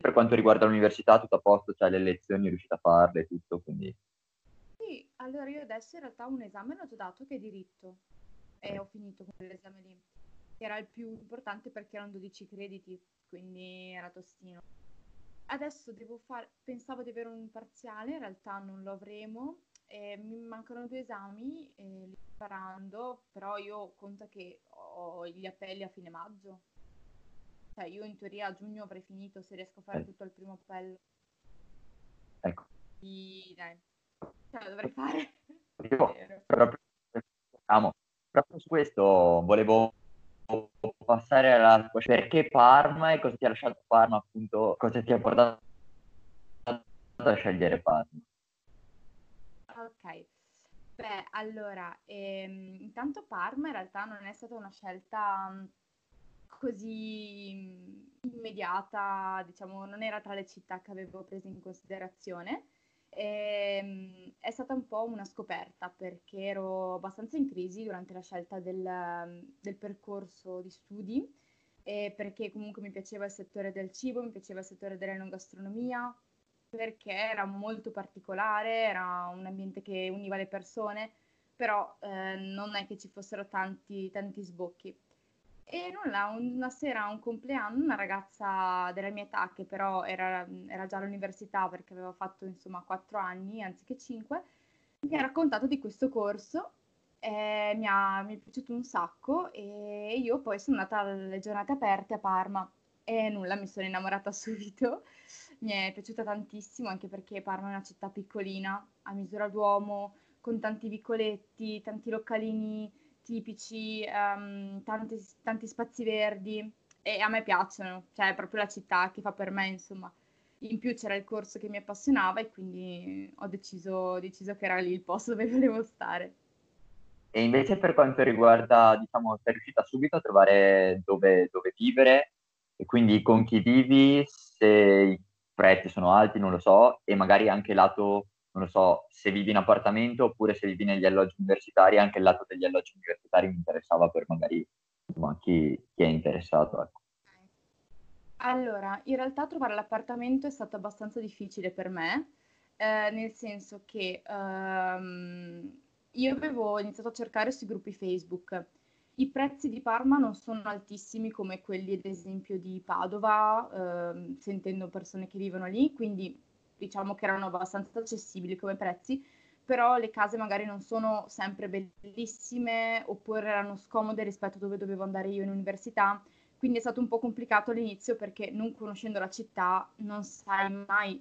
per quanto riguarda l'università, tutto a posto, cioè le lezioni riuscite a farle e tutto, quindi... Sì, allora io adesso in realtà un esame l'ho già dato che è diritto e ok. ho finito con quell'esame lì, che era il più importante perché erano 12 crediti, quindi era tostino. Adesso devo fare, pensavo di avere un parziale, in realtà non lo avremo, mi mancano due esami, li sto preparando, però io conto che ho gli appelli a fine maggio, cioè io in teoria a giugno avrei finito se riesco a fare Ok. tutto al primo appello, Ecco, quindi dai, ce la dovrei fare. io Spero. proprio, diciamo, proprio su questo volevo passare alla perché Parma e cosa ti ha lasciato Parma, appunto, cosa ti ha portato a scegliere Parma. Ok, beh, allora, intanto Parma in realtà non è stata una scelta così immediata, diciamo, non era tra le città che avevo preso in considerazione. È stata un po' una scoperta perché ero abbastanza in crisi durante la scelta del percorso di studi, perché comunque mi piaceva il settore del cibo, mi piaceva il settore dell'enogastronomia, perché era molto particolare, era un ambiente che univa le persone, però non è che ci fossero tanti sbocchi. E nulla, una sera a un compleanno, una ragazza della mia età, che però era già all'università perché aveva fatto insomma 4 anni anziché 5, mi ha raccontato di questo corso e mi è piaciuto un sacco e io poi sono andata alle giornate aperte a Parma e nulla, mi sono innamorata subito. Mi è piaciuta tantissimo anche perché Parma è una città piccolina, a misura d'uomo, con tanti vicoletti, tanti localini tipici, tanti spazi verdi e a me piacciono, cioè è proprio la città che fa per me, insomma. In più c'era il corso che mi appassionava e quindi ho deciso che era lì il posto dove volevo stare. E invece per quanto riguarda, diciamo, sei riuscita subito a trovare dove vivere e quindi con chi vivi, se i prezzi sono alti, non lo so, e magari anche lato, non lo so, se vivi in appartamento oppure se vivi negli alloggi universitari, anche il lato degli alloggi universitari mi interessava per magari insomma, chi è interessato, ecco. Allora, in realtà trovare l'appartamento è stato abbastanza difficile per me, nel senso che io avevo iniziato a cercare sui gruppi Facebook. I prezzi di Parma non sono altissimi come quelli, ad esempio, di Padova, sentendo persone che vivono lì, quindi diciamo che erano abbastanza accessibili come prezzi, però le case magari non sono sempre bellissime oppure erano scomode rispetto a dove dovevo andare io in università. Quindi è stato un po' complicato all'inizio perché non conoscendo la città non sai mai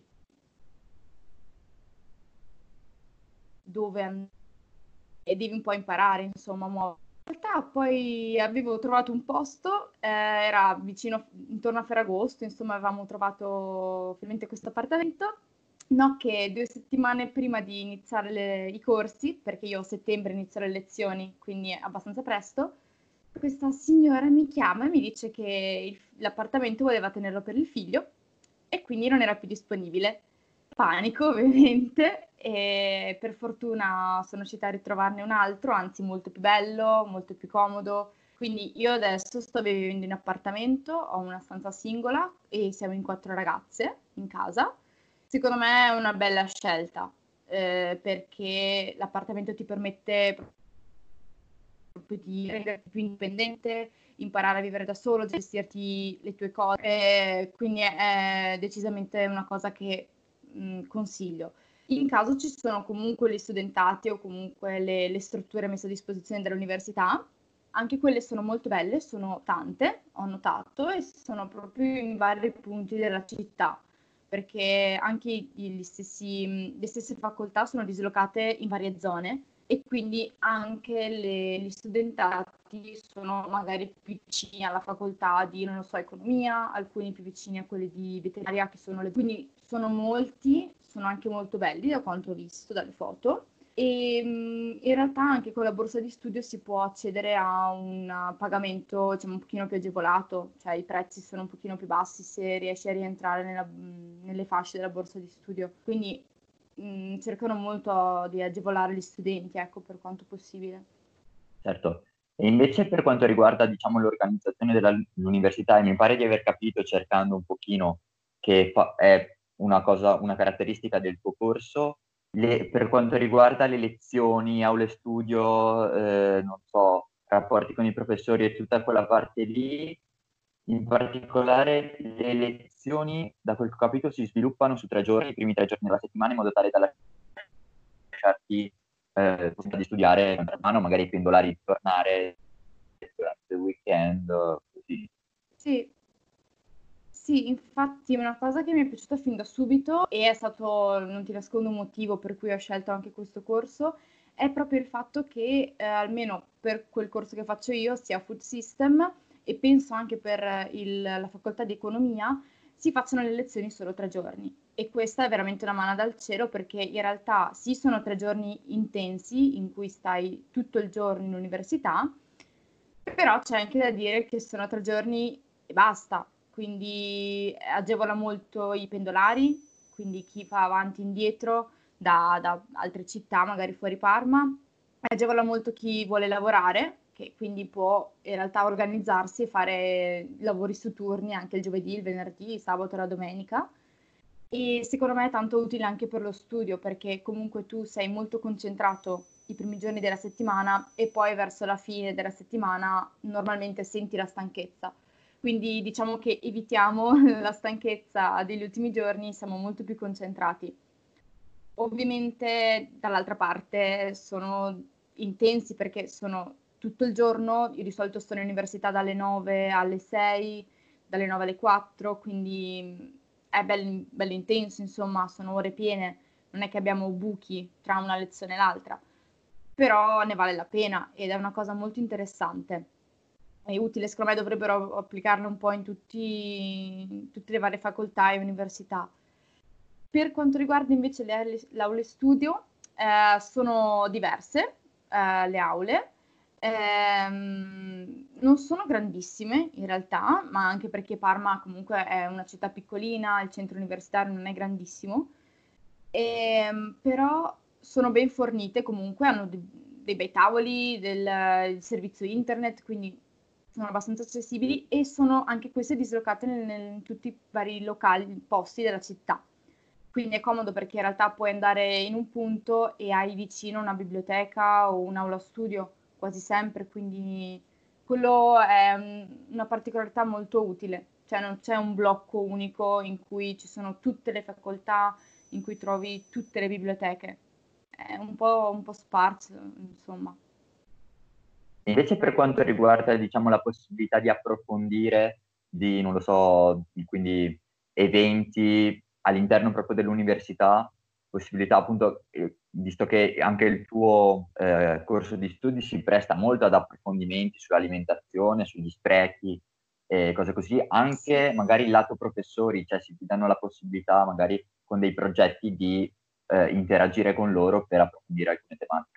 dove andare e devi un po' imparare, insomma, a muoverti. In realtà poi avevo trovato un posto, era vicino, intorno a Ferragosto, insomma avevamo trovato finalmente questo appartamento, no che 2 settimane prima di iniziare i corsi, perché io a settembre inizio le lezioni, quindi è abbastanza presto, questa signora mi chiama e mi dice che l'appartamento voleva tenerlo per il figlio e quindi non era più disponibile. Panico, ovviamente, e per fortuna sono riuscita a ritrovarne un altro, anzi molto più bello, molto più comodo. Quindi io adesso sto vivendo in appartamento, ho una stanza singola e siamo in 4 ragazze in casa. Secondo me è una bella scelta, perché l'appartamento ti permette proprio di renderti più indipendente, imparare a vivere da solo, gestirti le tue cose, quindi è decisamente una cosa che consiglio. In caso ci sono comunque gli studentati o comunque le strutture messe a disposizione dall'università, anche quelle sono molto belle, sono tante, ho notato, e sono proprio in vari punti della città, perché anche le stesse facoltà sono dislocate in varie zone e quindi anche gli studentati sono magari più vicini alla facoltà di, non lo so, economia, alcuni più vicini a quelli di veterinaria, che sono le... Quindi sono molti, sono anche molto belli da quanto ho visto dalle foto. E in realtà anche con la borsa di studio si può accedere a un pagamento, diciamo, un pochino più agevolato, cioè i prezzi sono un pochino più bassi se riesci a rientrare nelle fasce della borsa di studio. Quindi cercano molto di agevolare gli studenti, ecco, per quanto possibile. Certo. E invece per quanto riguarda, diciamo, l'organizzazione dell'università, e mi pare di aver capito cercando un pochino è una caratteristica del tuo corso. Per quanto riguarda le lezioni, aule studio, non so, rapporti con i professori e tutta quella parte lì, in particolare le lezioni, da quel che ho capito, si sviluppano su 3 giorni, i primi 3 giorni della settimana, in modo tale da lasciarti possibilità di studiare man mano, magari pendolari di tornare durante il weekend, così. Sì, sì, infatti una cosa che mi è piaciuta fin da subito e è stato, non ti nascondo un motivo per cui ho scelto anche questo corso, è proprio il fatto che almeno per quel corso che faccio io, sia Food System e penso anche per la facoltà di economia, si facciano le lezioni solo 3 giorni. E questa è veramente una manna dal cielo perché in realtà sì sono 3 giorni intensi in cui stai tutto il giorno in università, però c'è anche da dire che sono 3 giorni e basta, quindi agevola molto i pendolari, quindi chi fa avanti e indietro da altre città, magari fuori Parma, agevola molto chi vuole lavorare, che quindi può in realtà organizzarsi e fare lavori su turni anche il giovedì, il venerdì, il sabato e la domenica. E secondo me è tanto utile anche per lo studio, perché comunque tu sei molto concentrato i primi giorni della settimana e poi verso la fine della settimana normalmente senti la stanchezza. Quindi diciamo che evitiamo la stanchezza degli ultimi giorni, siamo molto più concentrati. Ovviamente dall'altra parte sono intensi perché sono tutto il giorno, io di solito sto in università dalle 9 alle 6, dalle 9 alle 4, quindi è bello intenso, insomma, sono ore piene, non è che abbiamo buchi tra una lezione e l'altra, però ne vale la pena ed è una cosa molto interessante. È utile, secondo me dovrebbero applicarlo un po' in tutte le varie facoltà e università. Per quanto riguarda invece le aule studio, sono diverse le aule. Non sono grandissime in realtà, ma anche perché Parma comunque è una città piccolina, il centro universitario non è grandissimo, però sono ben fornite comunque, hanno dei bei tavoli, il servizio internet, quindi sono abbastanza accessibili e sono anche queste dislocate in tutti i vari locali, posti della città. Quindi è comodo perché in realtà puoi andare in un punto e hai vicino una biblioteca o un'aula studio quasi sempre, quindi quello è una particolarità molto utile, cioè non c'è un blocco unico in cui ci sono tutte le facoltà, in cui trovi tutte le biblioteche. È un po' sparso, insomma. Invece per quanto riguarda, diciamo, la possibilità di approfondire, non lo so, quindi eventi all'interno proprio dell'università, possibilità appunto, visto che anche il tuo corso di studi si presta molto ad approfondimenti sull'alimentazione, sugli sprechi, cose così, Sì. anche magari il lato professori, cioè si ti danno la possibilità magari con dei progetti di interagire con loro per approfondire alcune tematiche.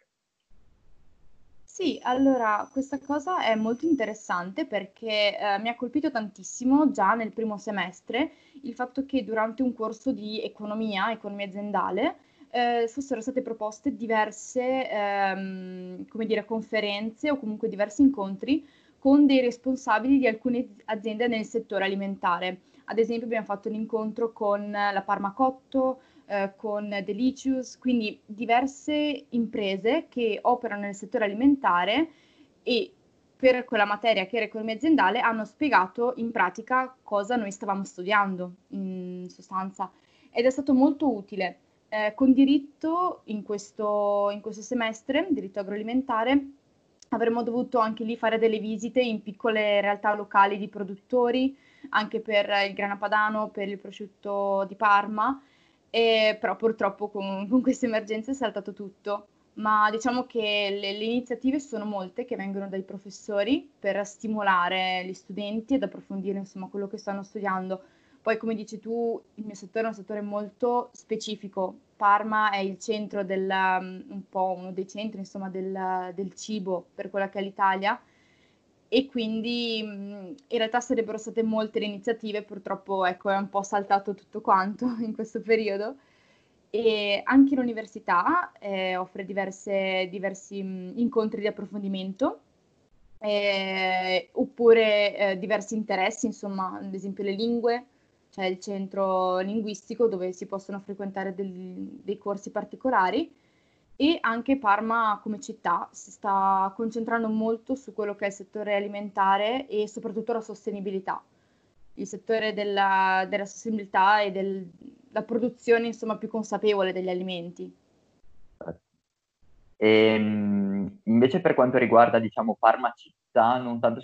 Sì, allora questa cosa è molto interessante perché mi ha colpito tantissimo già nel primo semestre il fatto che durante un corso di economia aziendale, fossero state proposte diverse, come dire, conferenze o comunque diversi incontri con dei responsabili di alcune aziende nel settore alimentare. Ad esempio abbiamo fatto un incontro con la Parmacotto, con Delicious, quindi diverse imprese che operano nel settore alimentare e per quella materia che era economia aziendale hanno spiegato in pratica cosa noi stavamo studiando in sostanza ed è stato molto utile. Con diritto in questo semestre, diritto agroalimentare, avremmo dovuto anche lì fare delle visite in piccole realtà locali di produttori, anche per il grana padano, per il prosciutto di Parma, però purtroppo con questa emergenza è saltato tutto. Ma diciamo che le iniziative sono molte che vengono dai professori per stimolare gli studenti ed approfondire insomma quello che stanno studiando. Poi, come dici tu, il mio settore è un settore molto specifico. Parma è il centro un po' uno dei centri, insomma, del cibo per quella che è l'Italia e quindi in realtà sarebbero state molte le iniziative, purtroppo ecco, è un po' saltato tutto quanto in questo periodo. E anche l'università offre diversi incontri di approfondimento, oppure diversi interessi, insomma, ad esempio le lingue. c'è il centro linguistico dove si possono frequentare dei corsi particolari, e anche Parma come città si sta concentrando molto su quello che è il settore alimentare e soprattutto la sostenibilità, il settore della sostenibilità e della produzione, insomma, più consapevole degli alimenti. Invece per quanto riguarda, diciamo, Parma città, non tanto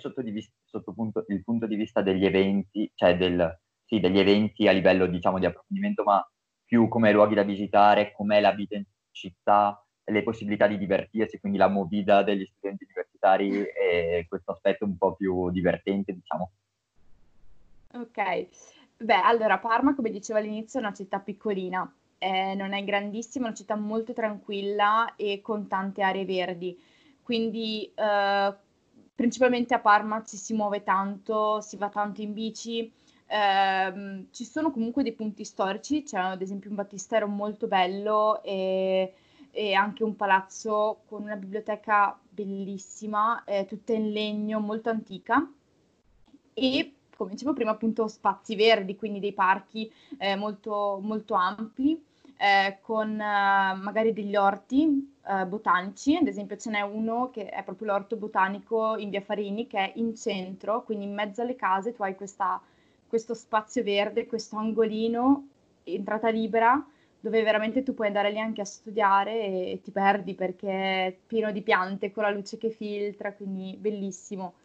il punto di vista degli eventi, cioè sì, degli eventi a livello, diciamo, di approfondimento, ma più come luoghi da visitare, com'è la vita in città, le possibilità di divertirsi, quindi la movida degli studenti universitari e questo aspetto un po' più divertente, diciamo. Ok, beh, allora Parma, come dicevo all'inizio, è una città piccolina, non è grandissima, è una città molto tranquilla e con tante aree verdi, quindi principalmente a Parma ci si muove tanto, si va tanto in bici, ci sono comunque dei punti storici, c'è ad esempio un battistero molto bello e anche un palazzo con una biblioteca bellissima, tutta in legno, molto antica. E come dicevo prima, appunto spazi verdi, quindi dei parchi molto, molto ampli, con magari degli orti botanici. Ad esempio ce n'è uno che è proprio l'orto botanico in via Farini, che è in centro, quindi in mezzo alle case tu hai questo spazio verde, questo angolino, entrata libera, dove veramente tu puoi andare lì anche a studiare e ti perdi perché è pieno di piante con la luce che filtra, quindi bellissimo.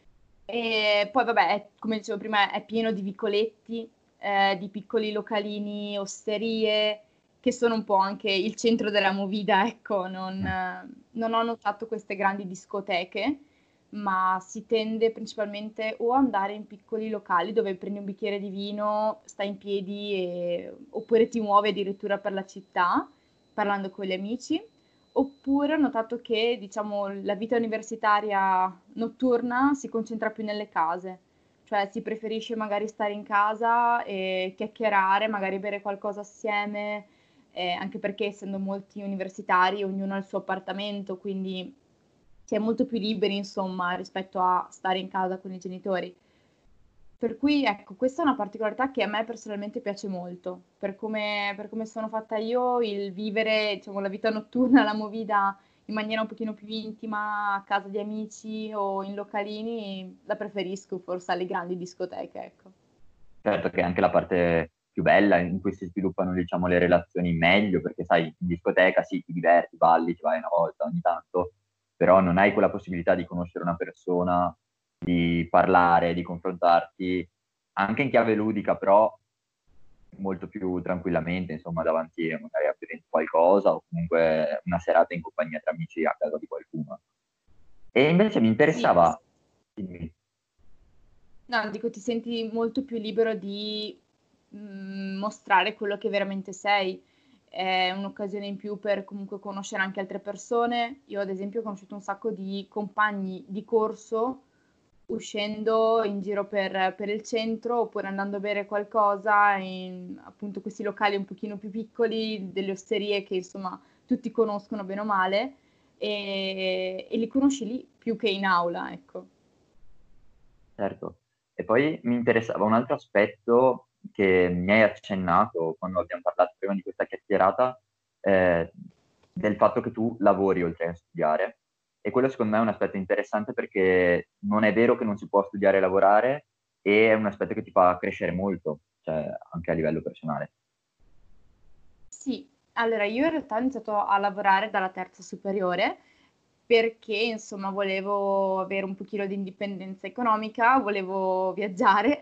E poi vabbè, come dicevo prima, è pieno di vicoletti, di piccoli localini, osterie, che sono un po' anche il centro della movida, ecco, non ho notato queste grandi discoteche, ma si tende principalmente o ad andare in piccoli locali dove prendi un bicchiere di vino, stai in piedi, oppure ti muovi addirittura per la città, parlando con gli amici. Oppure ho notato che, diciamo, la vita universitaria notturna si concentra più nelle case, cioè si preferisce magari stare in casa e chiacchierare, magari bere qualcosa assieme, anche perché essendo molti universitari ognuno ha il suo appartamento, quindi si è molto più liberi, insomma, rispetto a stare in casa con i genitori. Per cui ecco, questa è una particolarità che a me personalmente piace molto, per come sono fatta io, il vivere, diciamo, la vita notturna, la movida in maniera un pochino più intima, a casa di amici o in localini, la preferisco forse alle grandi discoteche, ecco. Certo che è anche la parte più bella in cui si sviluppano, diciamo, le relazioni meglio, perché sai, in discoteca sì, ti diverti, balli, ci vai una volta ogni tanto, però non hai quella possibilità di conoscere una persona, di parlare, di confrontarti, anche in chiave ludica, però molto più tranquillamente, insomma, davanti magari a bere qualcosa o comunque una serata in compagnia tra amici a casa di qualcuno. E invece mi Sì, interessava, dimmi. no, dico, ti senti molto più libero di mostrare quello che veramente sei. È un'occasione in più per comunque conoscere anche altre persone. Io, ad esempio, ho conosciuto un sacco di compagni di corso uscendo in giro per il centro oppure andando a bere qualcosa in appunto questi locali un pochino più piccoli, delle osterie che insomma tutti conoscono bene o male e li conosci lì più che in aula, ecco. Certo. E poi mi interessava un altro aspetto che mi hai accennato quando abbiamo parlato prima di questa chiacchierata, eh, del fatto che tu lavori oltre a studiare. E quello secondo me è un aspetto interessante perché non è vero che non si può studiare e lavorare, e è un aspetto che ti fa crescere molto, cioè anche a livello personale. Sì, allora io in realtà ho iniziato a lavorare dalla terza superiore perché insomma volevo avere un pochino di indipendenza economica, volevo viaggiare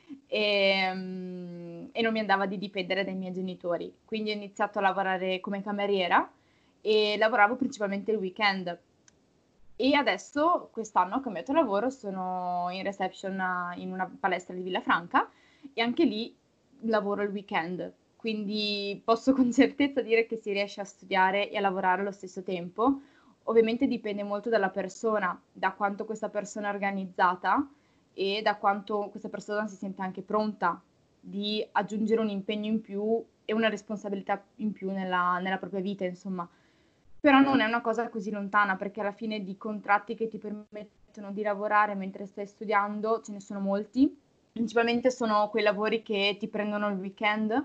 e non mi andava di dipendere dai miei genitori. Quindi ho iniziato a lavorare come cameriera e lavoravo principalmente il weekend. E adesso, quest'anno, ho cambiato lavoro, sono in reception in una palestra di Villafranca e anche lì lavoro il weekend. Quindi posso con certezza dire che si riesce a studiare e a lavorare allo stesso tempo. Ovviamente dipende molto dalla persona, da quanto questa persona è organizzata e da quanto questa persona si sente anche pronta di aggiungere un impegno in più e una responsabilità in più nella propria vita, insomma. Però non è una cosa così lontana, perché alla fine di contratti che ti permettono di lavorare mentre stai studiando ce ne sono molti principalmente sono quei lavori che ti prendono il weekend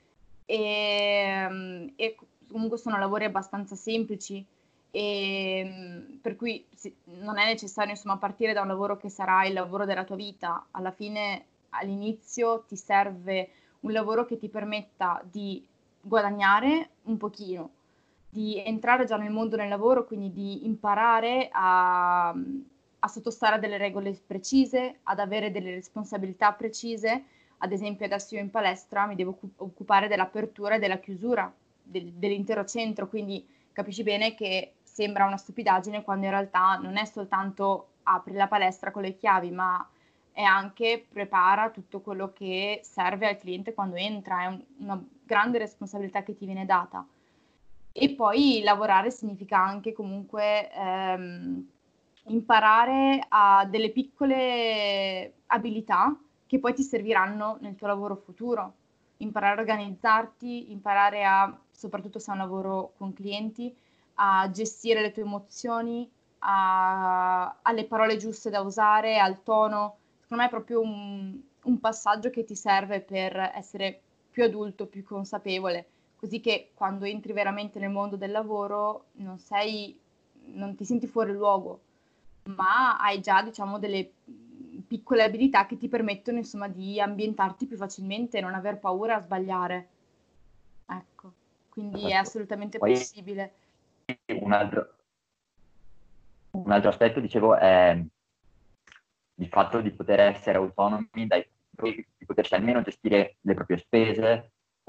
e comunque sono lavori abbastanza semplici per cui non è necessario insomma partire da un lavoro che sarà il lavoro della tua vita. Alla fine, all'inizio ti serve un lavoro che ti permetta di guadagnare un pochino, di entrare già nel mondo del lavoro, quindi di imparare a sottostare a delle regole precise, ad avere delle responsabilità precise. Ad esempio, adesso io in palestra mi devo occupare dell'apertura e della chiusura dell'intero centro, quindi capisci bene che sembra una stupidaggine quando in realtà non è soltanto apri la palestra con le chiavi, ma è anche prepara tutto quello che serve al cliente quando entra, è una grande responsabilità che ti viene data. E poi lavorare significa anche comunque imparare a delle piccole abilità che poi ti serviranno nel tuo lavoro futuro. Imparare a organizzarti, imparare a, soprattutto se è un lavoro con clienti, a gestire le tue emozioni, alle parole giuste da usare, al tono. Secondo me è proprio un passaggio che ti serve per essere più adulto, più consapevole, così che quando entri veramente nel mondo del lavoro non ti senti fuori luogo, ma hai già, diciamo, delle piccole abilità che ti permettono, insomma, di ambientarti più facilmente e non aver paura a sbagliare. Ecco, quindi è Certo. assolutamente Poi possibile. un altro aspetto, dicevo, è il fatto di poter essere autonomi, di potersi almeno gestire le proprie spese.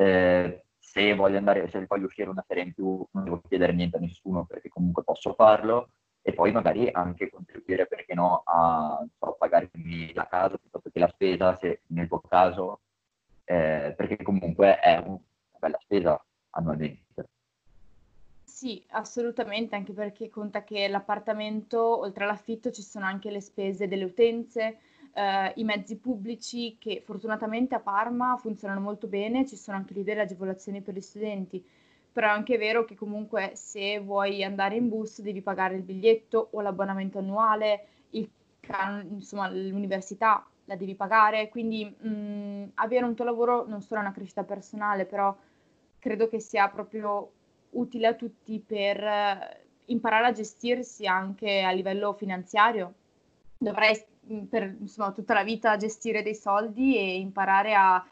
Se voglio andare, se voglio uscire una serie in più, non devo chiedere niente a nessuno perché comunque posso farlo. E poi magari anche contribuire, perché no, a non so, pagarmi la casa piuttosto che la spesa, se nel tuo caso, perché comunque è una bella spesa annualmente. Sì, assolutamente, anche perché conta che l'appartamento, oltre all'affitto, ci sono anche le spese delle utenze, i mezzi pubblici che fortunatamente a Parma funzionano molto bene, ci sono anche lì delle agevolazioni per gli studenti, però è anche vero che comunque se vuoi andare in bus devi pagare il biglietto o l'abbonamento annuale, insomma l'università la devi pagare, quindi avere un tuo lavoro non solo è una crescita personale, però credo che sia proprio utile a tutti per imparare a gestirsi anche a livello finanziario. Dovrei per insomma, tutta la vita gestire dei soldi e imparare a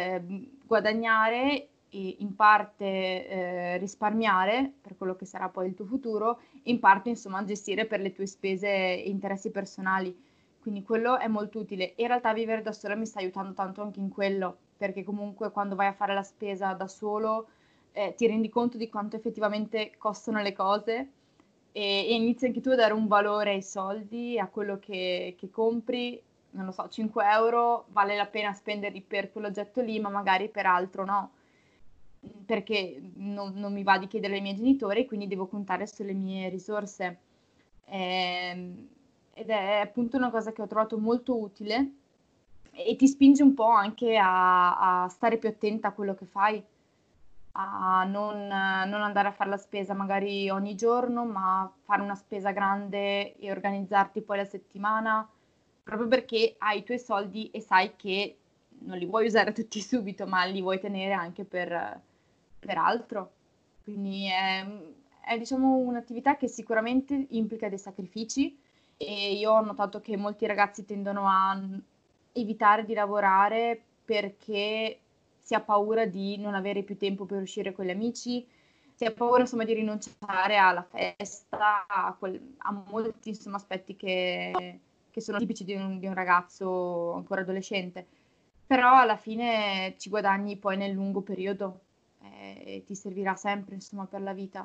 guadagnare e in parte risparmiare per quello che sarà poi il tuo futuro, in parte insomma gestire per le tue spese e interessi personali. Quindi quello è molto utile. In realtà vivere da sola mi sta aiutando tanto anche in quello, perché comunque quando vai a fare la spesa da solo ti rendi conto di quanto effettivamente costano le cose e inizi anche tu a dare un valore ai soldi, a quello che compri. Non lo so, 5 euro vale la pena spenderli per quell'oggetto lì, ma magari per altro no, perché non mi va di chiedere ai miei genitori, quindi devo contare sulle mie risorse. Ehm, ed è appunto una cosa che ho trovato molto utile e ti spinge un po' anche a stare più attenta a quello che fai, a non andare a fare la spesa magari ogni giorno, ma fare una spesa grande e organizzarti poi la settimana, proprio perché hai i tuoi soldi e sai che non li vuoi usare tutti subito, ma li vuoi tenere anche per altro. Quindi è, diciamo un'attività che sicuramente implica dei sacrifici e io ho notato che molti ragazzi tendono a evitare di lavorare perché si ha paura di non avere più tempo per uscire con gli amici, si ha paura insomma di rinunciare alla festa, a molti insomma, aspetti che sono tipici di un ragazzo ancora adolescente. Però alla fine ci guadagni poi nel lungo periodo e ti servirà sempre insomma per la vita.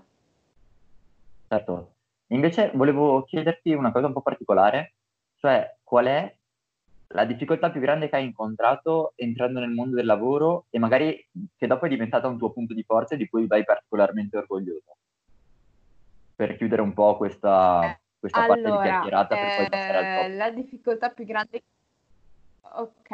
Certo. Invece volevo chiederti una cosa un po' particolare, cioè qual è la difficoltà più grande che hai incontrato entrando nel mondo del lavoro e magari che dopo è diventata un tuo punto di forza e di cui vai particolarmente orgoglioso, per chiudere un po' questa parte di Allora, chiacchierata per poi passare al top. la difficoltà più grande... Ok,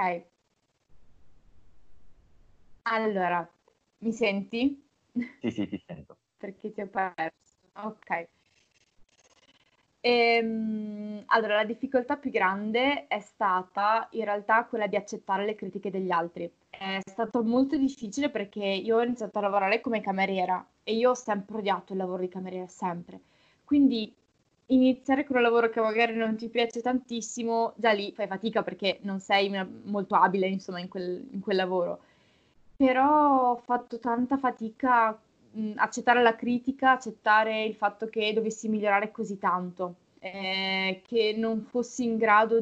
allora, mi senti? Sì, sì, ti sento. Perché ti ho perso. Ok. Allora, la difficoltà più grande è stata in realtà quella di accettare le critiche degli altri. È stato molto difficile perché io ho iniziato a lavorare come cameriera e io ho sempre odiato il lavoro di cameriera, sempre. Quindi iniziare con un lavoro che magari non ti piace tantissimo, già lì fai fatica perché non sei molto abile, insomma, in quel lavoro. Però ho fatto tanta fatica a accettare la critica, accettare il fatto che dovessi migliorare così tanto, che non fossi in grado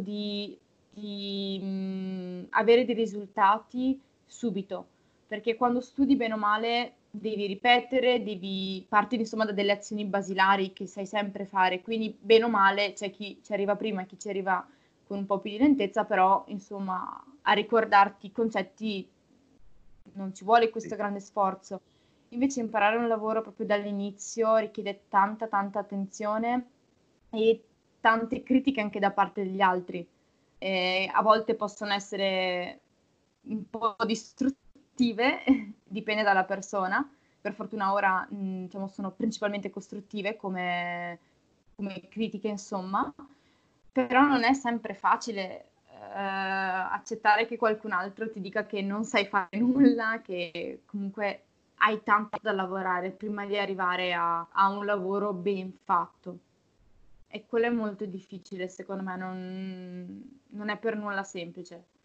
di avere dei risultati subito, perché quando studi bene o male devi ripetere, devi partire insomma da delle azioni basilari che sai sempre fare, quindi bene o male c'è chi ci arriva prima e chi ci arriva con un po' più di lentezza, però insomma a ricordarti i concetti non ci vuole questo Sì. grande sforzo. Invece imparare un lavoro proprio dall'inizio richiede tanta, tanta attenzione e tante critiche anche da parte degli altri. A volte possono essere un po' distruttive, dipende dalla persona. Per fortuna ora, diciamo, sono principalmente costruttive come critiche, insomma, però non è sempre facile accettare che qualcun altro ti dica che non sai fare nulla, che comunque hai tanto da lavorare prima di arrivare a un lavoro ben fatto. E quello è molto difficile, secondo me, non è per nulla semplice.